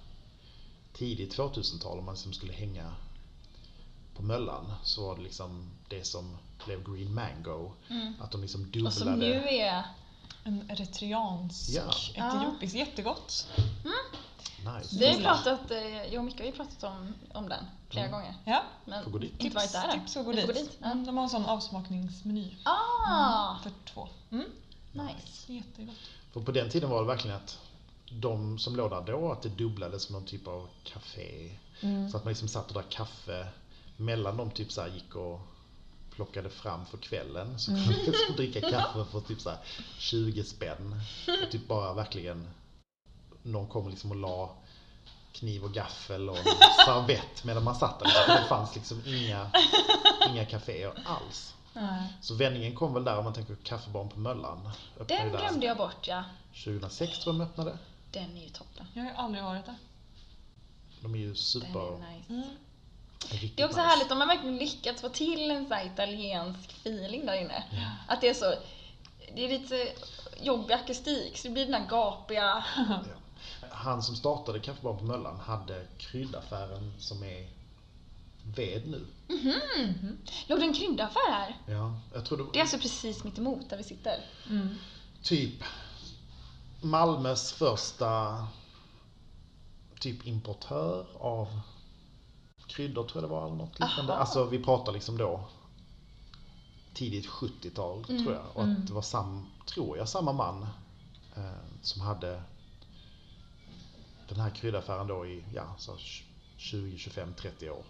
tidigt 2000-tal om man liksom skulle hänga på Möllan så var det liksom det som blev Green Mango. Att de liksom dubblade. Och som nu är En eritreansk, etiopisk, jättegott. Nice. vi har ju pratat, jag och Micke har ju pratat om den flera gånger. Ja. Men Får gå dit. inte varit där än. Tips att gå Vi får dit. Ja. De har en sån avsmakningsmeny. För 2. Nice. Jättegott. För på den tiden var det verkligen att de som låg där då, att det dubblades som någon typ av café. Så att man liksom satt och drack kaffe mellan de typ så här gick och plockade fram för kvällen. Så kunde man liksom dricka kaffe för typ så här 20 spänn. Och typ bara verkligen någon kom liksom och la kniv och gaffel och servett medan man satt där. Det fanns liksom inga kaféer alls. Så vändningen kom väl där om man tänker kaffebarn på Möllan. Den glömde jag bort, ja. 2006 tror jag de öppnade. Den är ju toppen. Jag har ju aldrig varit där. De är ju super. Den är nice. Riktigt Det är också nice. härligt om man verkligen lyckats få till en sån här italiensk feeling där inne. Att det är så, det är lite jobbig akustik så det blir den här gapiga. Ja. Han som startade kaffebarn på Möllan hade kryddaffären som är ved nu. Låg det en kryddaffär här? Ja, jag tror Det är alltså precis mitt emot där vi sitter. typ Malmös första typ importör av kryddor tror jag det var eller något liknande. Alltså vi pratar liksom då tidigt 70-tal tror jag. Och att det var samma man som hade den här kryddaffären då i 20, 25, 30 år.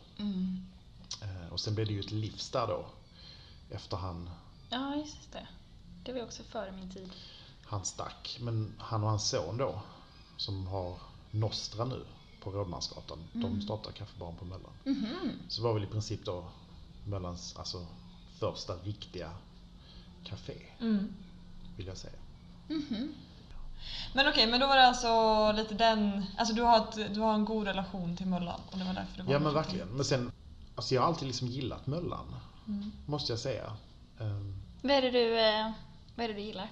Och sen blev det ju ett livs där då. Efter Ja, just det. Det var också före min tid. han stack. Men han och hans son då, som har Nostra nu på Rådmansgatan, de startar kaffebarn på Möllan. Så var väl i princip då Möllans första riktiga café, vill jag säga. Men okej, men då var det alltså lite den... Alltså du har en god relation till Möllan och det var därför det var... Ja men verkligen. Men sen, alltså jag har alltid liksom gillat Möllan, måste jag säga. Vad är det du gillar?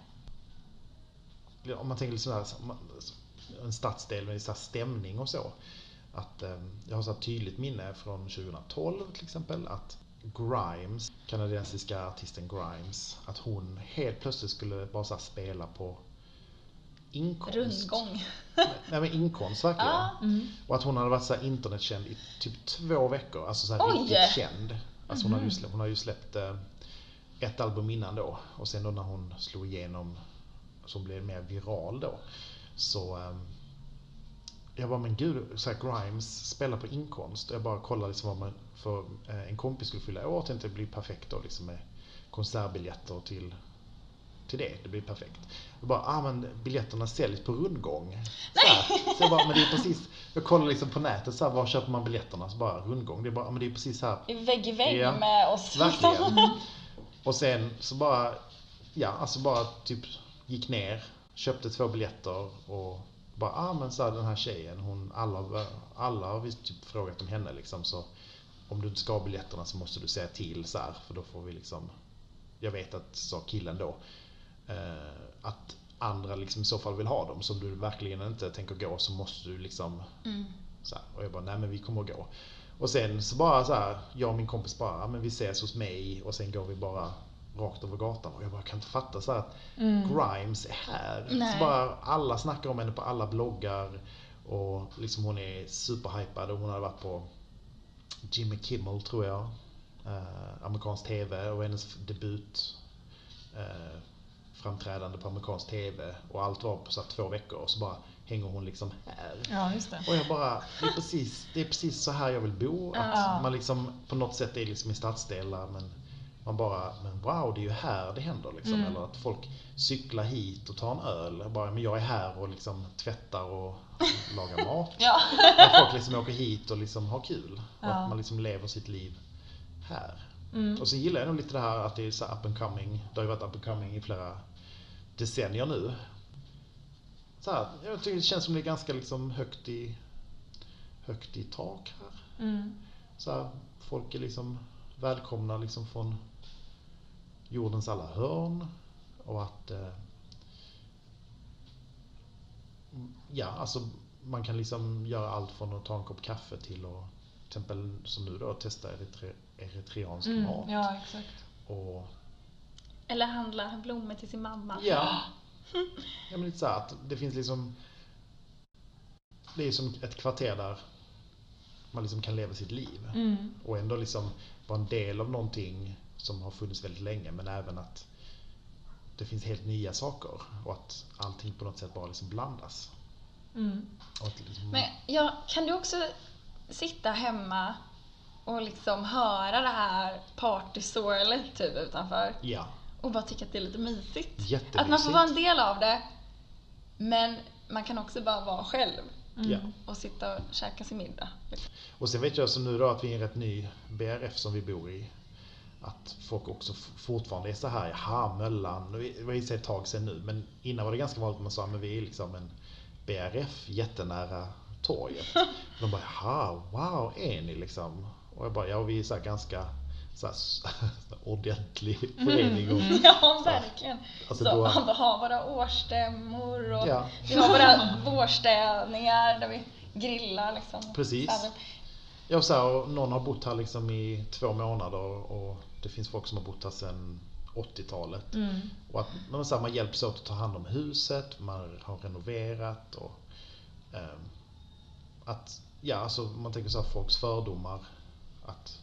Om man tänker liksom en stadsdel med så här stämning och så. Att jag har så här tydligt minne från 2012 till exempel att Grimes, kanadensiska artisten Grimes, att hon helt plötsligt skulle bara så här spela på inkomst. Rundgång. Nej men inkomst verkligen. Och att hon hade varit så här internetkänd i typ 2 veckor. Alltså så här riktigt känd. Alltså hon har ju släppt ett album innan då. Och sen då när hon slog igenom som blev mer viral då. Så jag bara, men gud, så här, Grimes spelar på inkomst. Och jag bara kollade liksom vad man för en kompis skulle fylla år. Tänkte det blir perfekt då liksom med konsertbiljetter till det blir perfekt. Jag bara, men biljetterna säljs på rundgång. Så jag bara, men det är precis, jag kollar liksom på nätet så här, var köper man biljetterna? Så bara, rundgång. Det är bara, men det är precis här. Vägg i vägg med oss. Verkligen. Och sen så bara, bara typ gick ner, köpte 2 biljetter och bara, men så här, den här tjejen, alla har vi typ frågat om henne liksom, så om du inte ska ha biljetterna så måste du säga till så här, för då får vi liksom, jag vet att sa killen då, att andra liksom i så fall vill ha dem, så om du verkligen inte tänker gå så måste du liksom så här. Och jag bara, nej men vi kommer att gå. Och sen så bara så här, jag och min kompis bara, men vi ses hos mig och sen går vi bara rakt över gatan. Och jag bara kan inte fatta så här att Grimes är här. Så bara alla snackar om henne på alla bloggar och liksom hon är superhypad och hon hade varit på Jimmy Kimmel tror jag, amerikansk tv, och hennes debut framträdande på amerikansk tv och allt var på så här 2 veckor och så bara hänger hon liksom här. Ja, just det. Och jag bara, det är precis så här jag vill bo. Att man liksom på något sätt är liksom i stadsdelar men man bara, men wow, det är ju här det händer liksom. Eller att folk cyklar hit och tar en öl. Bara, men jag är här och liksom tvättar och lagar mat. Ja. Att folk liksom åker hit och liksom har kul. Och att man liksom lever sitt liv här. Och så gillar jag nog lite det här att det är så up and coming. Det har ju varit up and coming i flera decennier nu. Så här, jag tycker det känns som det är ganska liksom högt i tak här. Så här, folk är liksom välkomna liksom från jordens alla hörn. Och att alltså man kan liksom göra allt från att ta en kopp kaffe till att till exempel som nu då testa eritreansk mat. Ja, exakt. Eller handla blommor till sin mamma. Ja. Ja, men lite så här att det finns liksom, det är som ett kvarter där man liksom kan leva sitt liv. Och ändå liksom vara en del av någonting som har funnits väldigt länge, men även att det finns helt nya saker och att allting på något sätt bara liksom blandas. Och att liksom... Men kan du också sitta hemma och liksom höra det här partysorlet typ utanför? Ja. Och bara tycka att det är lite mysigt. Jättemysigt. Att man får vara en del av det. Men man kan också bara vara själv. Och sitta och käka sin middag. Och sen vet jag så nu då att vi är en rätt ny BRF som vi bor i. Att folk också fortfarande är så här, jaha, Möllan. Det var ju ett tag sedan nu. Men innan var det ganska vanligt att man sa, men vi är liksom en BRF jättenära torget. De bara, jaha, wow, är ni liksom? Och jag bara, ja, vi är så här ganska så här ordentlig förening. Och, ja, verkligen. Alltså, så då... vi har våra årsstämmor och vi har våra vårstädningar där vi grillar liksom. Precis. Ja, så här, och någon har bott här liksom i 2 månader och det finns folk som har bott här sedan 80-talet. Och att så här, man hjälps åt att ta hand om huset, man har renoverat och att, ja, alltså man tänker så här, folks fördomar att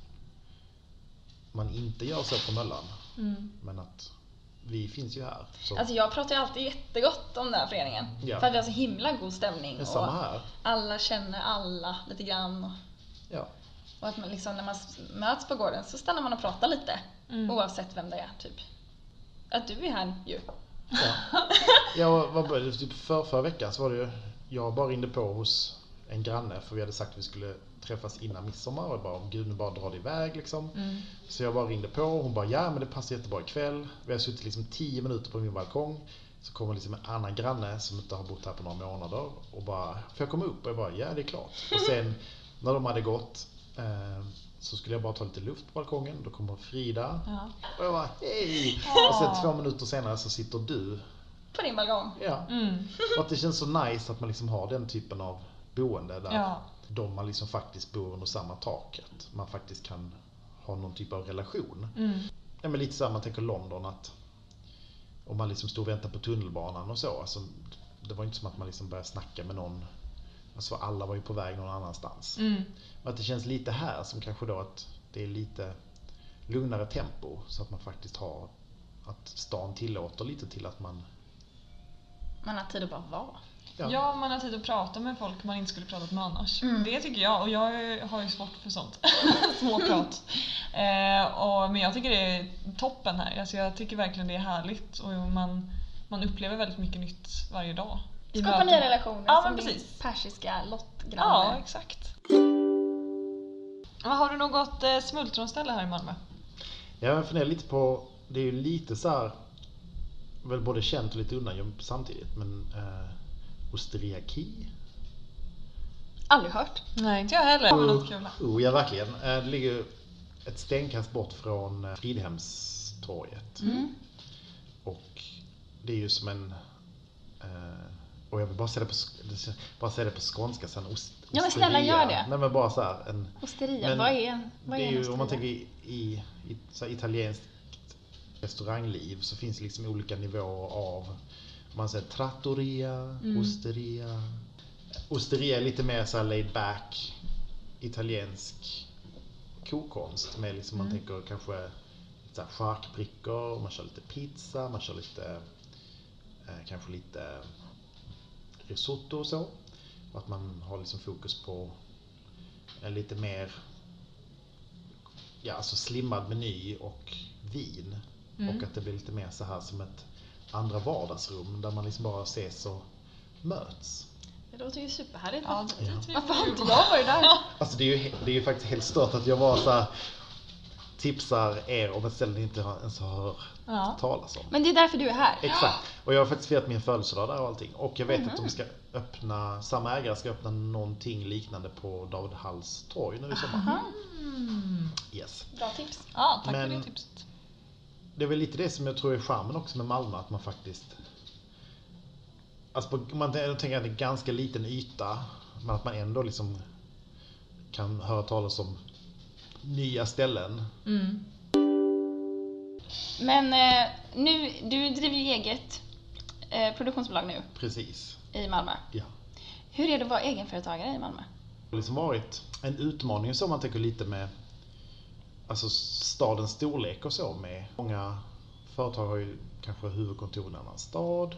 man inte gör så på Möllan. Men att vi finns ju här. Så. Alltså jag pratar ju alltid jättegott om den här föreningen. Ja. För att det är så himla god stämning. Det är samma här. Alla känner alla lite grann. Ja. Och att man liksom, när man möts på gården så stannar man och pratar lite. Oavsett vem det är, typ. Att du är här ju. Ja. Jag var typ förra veckan så var det ju, jag bara ringde på hos en granne för vi hade sagt att vi skulle träffas innan midsommar och jag bara, om Gud nu bara drar det iväg liksom. Så jag bara ringde på och hon bara, ja men det passar jättebra ikväll. Vi har suttit liksom 10 minuter på min balkong. Så kommer liksom en annan granne som inte har bott här på några månader och bara, får jag komma upp? Och jag bara, ja det är klart. Och sen när de hade gått så skulle jag bara ta lite luft på balkongen. Då kommer Frida. Och jag bara, hej! Och sen 2 minuter senare så sitter du på din balkong. Ja. Och att det känns så nice att man liksom har den typen av boende där de man liksom faktiskt bor under samma tak. Att man faktiskt kan ha någon typ av relation. Ja, men lite så här, man tänker London att om man liksom stod och väntade på tunnelbanan och så. Alltså, det var inte som att man liksom började snacka med någon. Alltså alla var ju på väg någon annanstans. Och att det känns lite här som kanske då att det är lite lugnare tempo. Så att man faktiskt har, att stan tillåter lite till att man har tid att bara vara. Ja, man har tid att prata med folk man inte skulle pratat med annars. Det tycker jag, och jag har ju svårt för sånt. Småprat. Men jag tycker det är toppen här. Alltså jag tycker verkligen det är härligt. Och man upplever väldigt mycket nytt varje dag. Skapa nya relationer, ja, som precis. din persiska lottgranne. Ja, exakt. Har du något smultronställe här i Malmö? Jag funderar lite på, det är ju lite så här, väl både känt och lite undangömt samtidigt, men Osteria Key. Aldrig hört. Nej, inte jag heller. Något kul. Ja, verkligen. Det ligger ett stenkast bort från Fridhemstorget. Och det är ju som en och jag vill bara säga det på skånska sen. Ja, men snälla gör det. Nej, men bara så här en osteria. Vad är det är ju, om man tänker i så här italienskt restaurangliv så finns det liksom olika nivåer av, man säger trattoria, osteria. Osteria är lite mer så här laid back italiensk kokkonst med liksom man tänker kanske så här charkbrickor, man kör lite pizza, man kör lite kanske lite risotto och så. Och att man har liksom fokus på en lite mer alltså slimmad meny och vin. Och att det blir lite mer så här som ett andra vardagsrum där man liksom bara ses och möts. Det låter ju superhärligt. Ja, varför har inte jag varit där? Alltså det är ju faktiskt helt stört att jag var så här, tipsar er om ett ställe ni inte ens har hört talas om. Men det är därför du är här. Exakt. Och jag har faktiskt firat min födelsedag där och allting. Och jag vet att de ska öppna, samma ägare ska öppna någonting liknande på David Halls torg nu i sommar. Yes. Bra tips. Ja, tack för det tipset. Det är väl lite det som jag tror är charmen också med Malmö, att man faktiskt, alltså man tänker att det är ganska liten yta, men att man ändå liksom kan höra talas om nya ställen. Men nu, du driver ju eget produktionsbolag nu. Precis. I Malmö. Ja. Hur är det att vara egenföretagare i Malmö? Det har liksom varit en utmaning så man tänker lite med, alltså stadens storlek och så med. Många företag har ju kanske huvudkontor i en annan stad.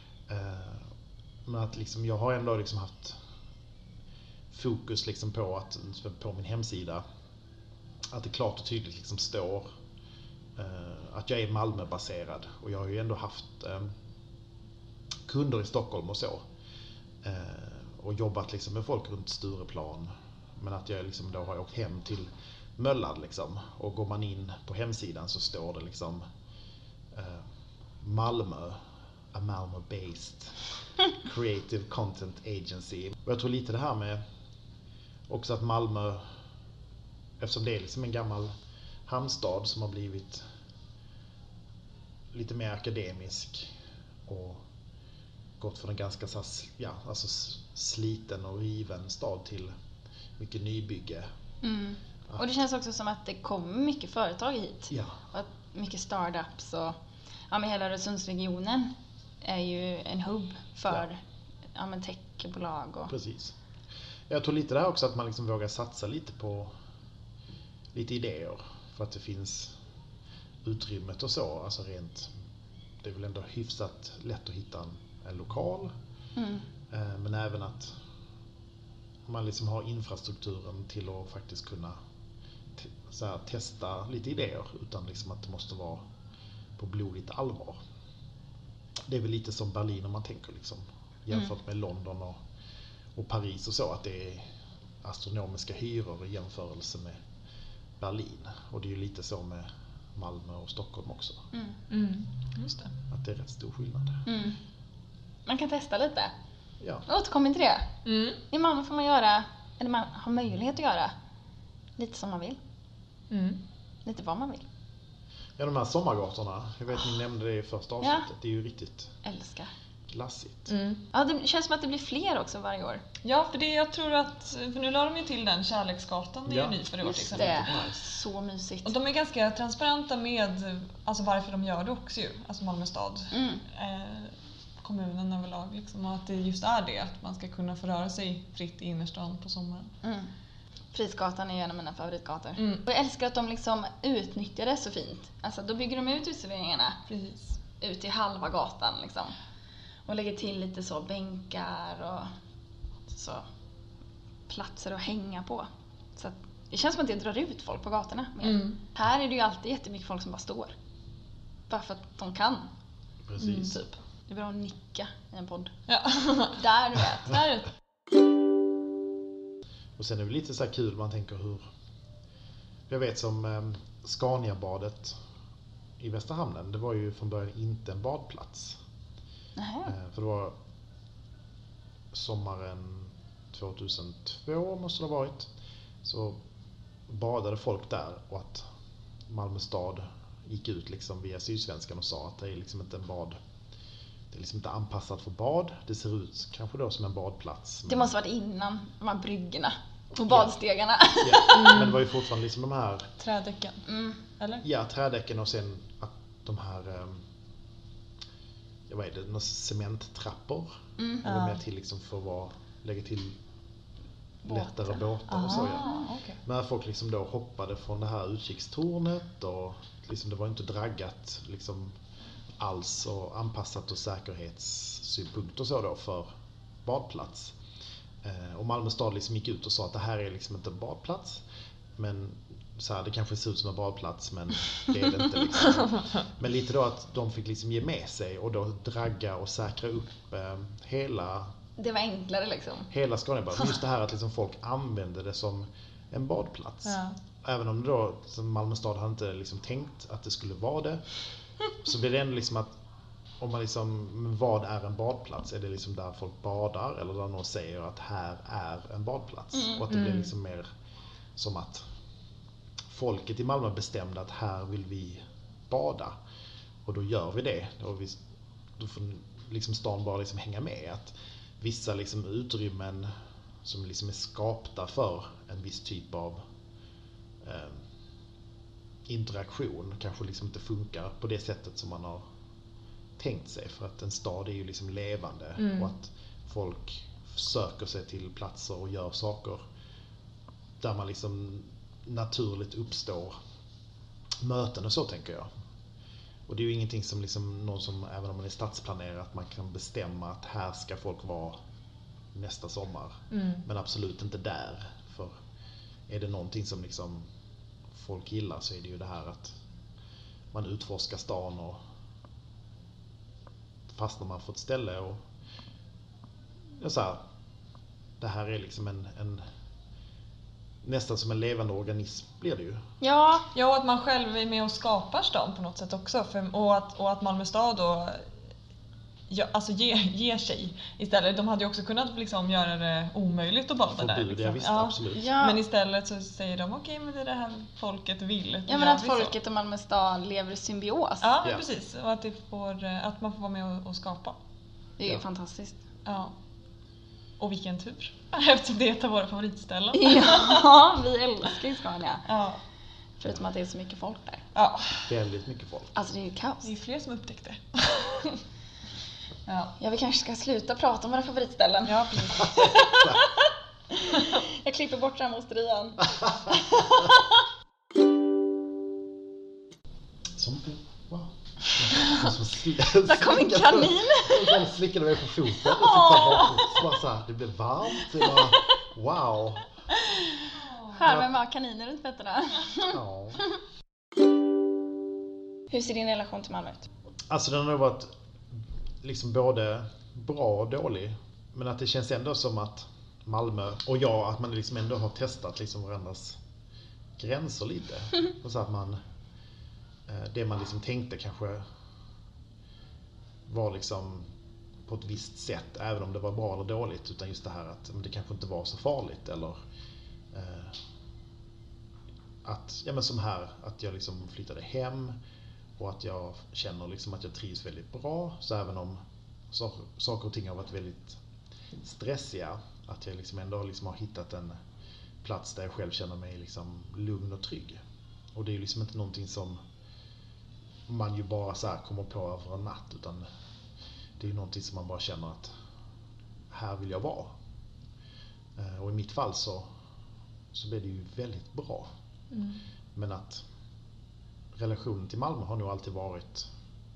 Men att liksom, jag har ändå liksom haft fokus liksom på min hemsida att det klart och tydligt liksom står att jag är Malmöbaserad, och jag har ju ändå haft kunder i Stockholm och så och jobbat liksom med folk runt Stureplan, men att jag liksom då har åkt hem till Möllan liksom, och går man in på hemsidan så står det liksom Malmö, a Malmö-based creative content agency. Och jag tror lite det här med också att Malmö, eftersom det är liksom en gammal hamnstad som har blivit lite mer akademisk och gått från en ganska alltså sliten och riven stad till mycket nybygge. Och det känns också som att det kommer mycket företag hit. Ja. Och att mycket startups och men hela Öresundsregionen är ju en hubb för techbolag. Och... Precis. Jag tror lite det här också att man liksom vågar satsa lite på lite idéer, för att det finns utrymmet och så. Alltså rent, det är väl ändå hyfsat lätt att hitta en lokal. Men även att man liksom har infrastrukturen till att faktiskt kunna testa lite idéer utan liksom att det måste vara på blodigt allvar. Det är väl lite som Berlin om man tänker liksom, jämfört med London och Paris och så, att det är astronomiska hyror i jämförelse med Berlin. Och det är ju lite så med Malmö och Stockholm också. Just det. Att det är rätt stor skillnad. Man kan testa lite. Ja. Återkommer till det. I Malmö får man göra, eller man har möjlighet att göra lite som man vill. Lite vad man vill. Ja, de här sommargatorna, jag vet ni nämnde det i första avsnittet, det är ju riktigt älskar. glassigt. Ja, det känns som att det blir fler också varje år. Ja, för det jag tror att, för nu la de ju till den Kärleksgatan, det är ju ny för det år till exempel. Det är så mysigt. Och de är ganska transparenta med alltså varför de gör det också ju, alltså Malmö stad. Kommunen överlag liksom, och att det just är det, att man ska kunna få röra sig fritt i innerstan på sommaren. Frisgatan är en av mina favoritgator. Och jag älskar att de liksom utnyttjar det så fint. Alltså då bygger de ut uteserveringarna ut i halva gatan liksom. Och lägger till lite så bänkar och så platser att hänga på. Så att det känns som att det drar ut folk på gatorna mer. Här är det ju alltid jättemycket folk som bara står. Bara för att de kan. Precis. Typ. Det är bra att nicka i en podd. Ja. Där du vet. Där. Och sen är det lite så här kul, man tänker hur, jag vet som Scaniabadet i Västra hamnen, det var ju från början inte en badplats. För det var sommaren 2002 måste det ha varit, så badade folk där, och att Malmö stad gick ut liksom via Sydsvenskan och sa att det är liksom inte en bad, det är liksom inte anpassat för bad, det ser ut kanske då som en badplats. Det måste varit innan de här bryggorna och badstegarna. Men det var ju fortfarande liksom de här trädäcken. Eller? Ja, trädäcken, och sen att de här vad är det, några cementtrappor eller mer till liksom för att lägga till lättare båtar och så. Okay. När folk liksom då hoppade från det här utkikstornet, och liksom det var inte draggat liksom alls och anpassat och säkerhetssynpunkt och så då för badplats. Och Malmö stad liksom gick ut och sa att det här är liksom inte en badplats, men så här, det kanske ser ut som en badplats, men det är det inte liksom. Men lite då att de fick liksom ge med sig och då dragga och säkra upp hela... Det var enklare liksom. Hela Skåne. Just det här att liksom folk använde det som en badplats. Ja. Även om det då, som Malmö stad hade inte liksom tänkt att det skulle vara det. Så blir det ändå liksom att om man liksom, vad är en badplats? Är det liksom där folk badar eller där någon säger att här är en badplats? Och att det blir liksom mer som att folket i Malmö bestämde att här vill vi bada. Och då gör vi det. Då får liksom stan bara liksom hänga med. Att vissa liksom utrymmen som liksom är skapta för en viss typ av interaktion kanske liksom inte funkar på det sättet som man har tänkt sig, för att en stad är ju liksom levande och att folk söker sig till platser och gör saker där man liksom naturligt uppstår möten och så, tänker jag. Och det är ju ingenting som liksom någon som, även om man är stadsplanerare, att man kan bestämma att här ska folk vara nästa sommar. Men absolut inte där, för är det någonting som liksom folk gillar så är det ju det här att man utforskar stan och fastnar man för ett ställe och så här, det här är liksom en nästan som en levande organism blir det ju. Ja, och att man själv är med och skapar stan på något sätt också. Och att Malmö stad då ger sig istället. De hade ju också kunnat liksom göra det omöjligt att bada där. Liksom. Ja, visst, absolut. Ja. Men istället så säger de okej, men det är det här folket vill. Ja, men att folket och Malmö stad lever i symbios. Ja, precis. Och att man får vara med och skapa. Det är ju fantastiskt. Ja. Och vilken tur. Eftersom det är ett av våra favoritställen. Ja, vi älskar ju Scania. Ja. Förutom att det är så mycket folk där. Ja. Väldigt mycket folk. Alltså det är ju kaos. Det är fler som upptäckte. Ja, vi kanske ska sluta prata om våra favoritställen. Ja, precis. Jag klipper bort ramosterian. Wow. Där kom en kanin. Jag slickade mig på foten och så här, det blev varmt. Det var, wow. Skärmen med kaniner runt fötterna. Ja. Hur ser din relation till Malmö ut? Alltså den har varit liksom både bra och dålig. Men att det känns ändå som att Malmö och jag, att man liksom ändå har testat liksom varandras gränser lite. Och så att man, det man liksom tänkte kanske var liksom på ett visst sätt, även om det var bra eller dåligt, utan just det här att det kanske inte var så farligt, eller att, ja men som här, att jag liksom flyttade hem och att jag känner liksom att jag trivs väldigt bra, så även om saker och ting har varit väldigt stressiga, att jag liksom ändå liksom har hittat en plats där jag själv känner mig liksom lugn och trygg. Och det är ju liksom inte någonting som man ju bara så här kommer på över en natt, utan det är ju någonting som man bara känner att här vill jag vara. Och i mitt fall så blev det ju väldigt bra. Men att relationen till Malmö har nog alltid varit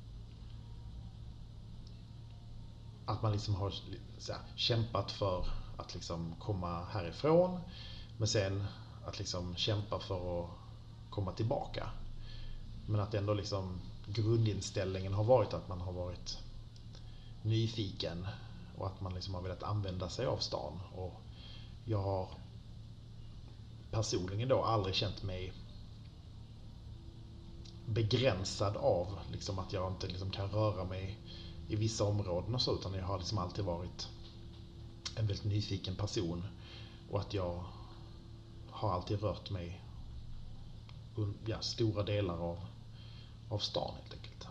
att man liksom har så här, kämpat för att liksom komma härifrån, men sen att liksom kämpa för att komma tillbaka. Men att ändå liksom grundinställningen har varit att man har varit nyfiken och att man liksom har velat använda sig av stan. Och jag har personligen då aldrig känt mig begränsad av liksom att jag inte liksom kan röra mig i vissa områden och så, utan jag har liksom alltid varit en väldigt nyfiken person, och att jag har alltid rört mig stora delar av stan helt enkelt.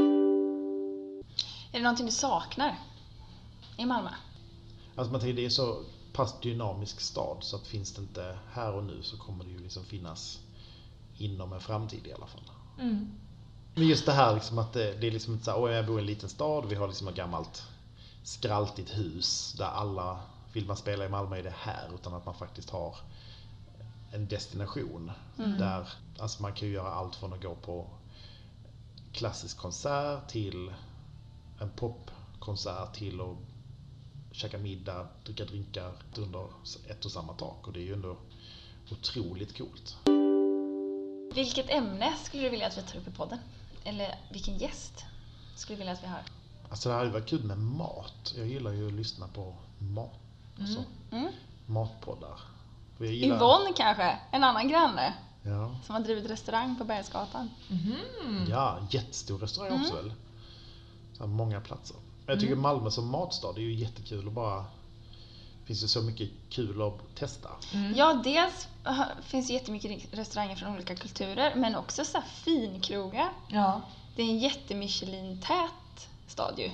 Är det någonting du saknar i Malmö? Alltså man tänker, det är så pass dynamisk stad, så att finns det inte här och nu så kommer det ju liksom finnas inom en framtid i alla fall. Men just det här liksom att det är liksom inte så här, jag bor i en liten stad, vi har liksom ett gammalt skraltigt hus där alla, vill man spela i Malmö är det här, utan att man faktiskt har en destination där, alltså man kan ju göra allt från att gå på klassisk konsert till en popkonsert till att käka middag, dricka drinkar under ett och samma tak, och det är ju ändå otroligt coolt. Vilket ämne skulle du vilja att vi tar upp i podden? Eller vilken gäst skulle du vilja att vi har? Alltså det hade varit kul med mat. Jag gillar ju att lyssna på mat. Alltså, matpoddar. För jag gillar... Yvonne kanske, en annan granne. Ja. Som har drivit restaurang på Bergsgatan. Ja, jättestor restaurang också väl. Så här många platser. Jag tycker Malmö som matstad är ju jättekul och bara... Finns det så mycket kul att testa. Ja, dels finns jättemycket restauranger från olika kulturer. Men också så här finkrogar. Ja. Det är en jätte-Michelin-tät stad ju.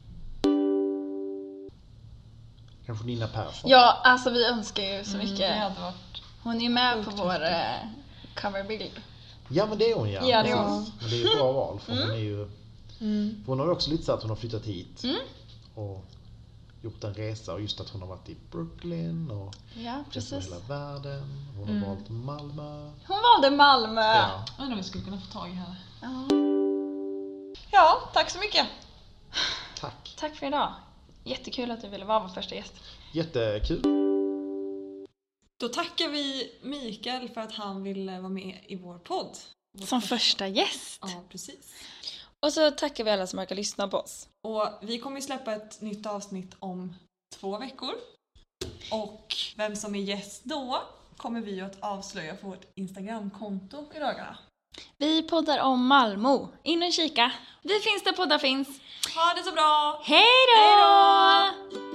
Kanske Nina Persson. Ja, alltså vi önskar ju så mycket. Det hade varit... Hon är ju med på vår coverbild. Ja, men det är hon, ja. Ja, det är hon. Men det är ju ett bra val. För hon är ju... Hon har ju också lite så att hon har flyttat hit. Och gjort en resa. Och just att hon har varit i Brooklyn. Och Ja, precis. hela världen. Hon har valt Malmö. Hon valde Malmö. Ja. Undrar om vi skulle kunna få tag i henne. Ja. Ja, tack så mycket. Tack. Tack för idag. Jättekul att du ville vara vår första gäst. Jättekul. Då tackar vi Mikael för att han ville vara med i vår podd. Som första gäst. Ja, precis. Och så tackar vi alla som orkar lyssna på oss. Och vi kommer släppa ett nytt avsnitt om 2 veckor. Och vem som är gäst då kommer vi att avslöja på vårt Instagramkonto i dagarna. Vi poddar om Malmö. In och kika. Vi finns där poddar finns. Ha det så bra! Hej då!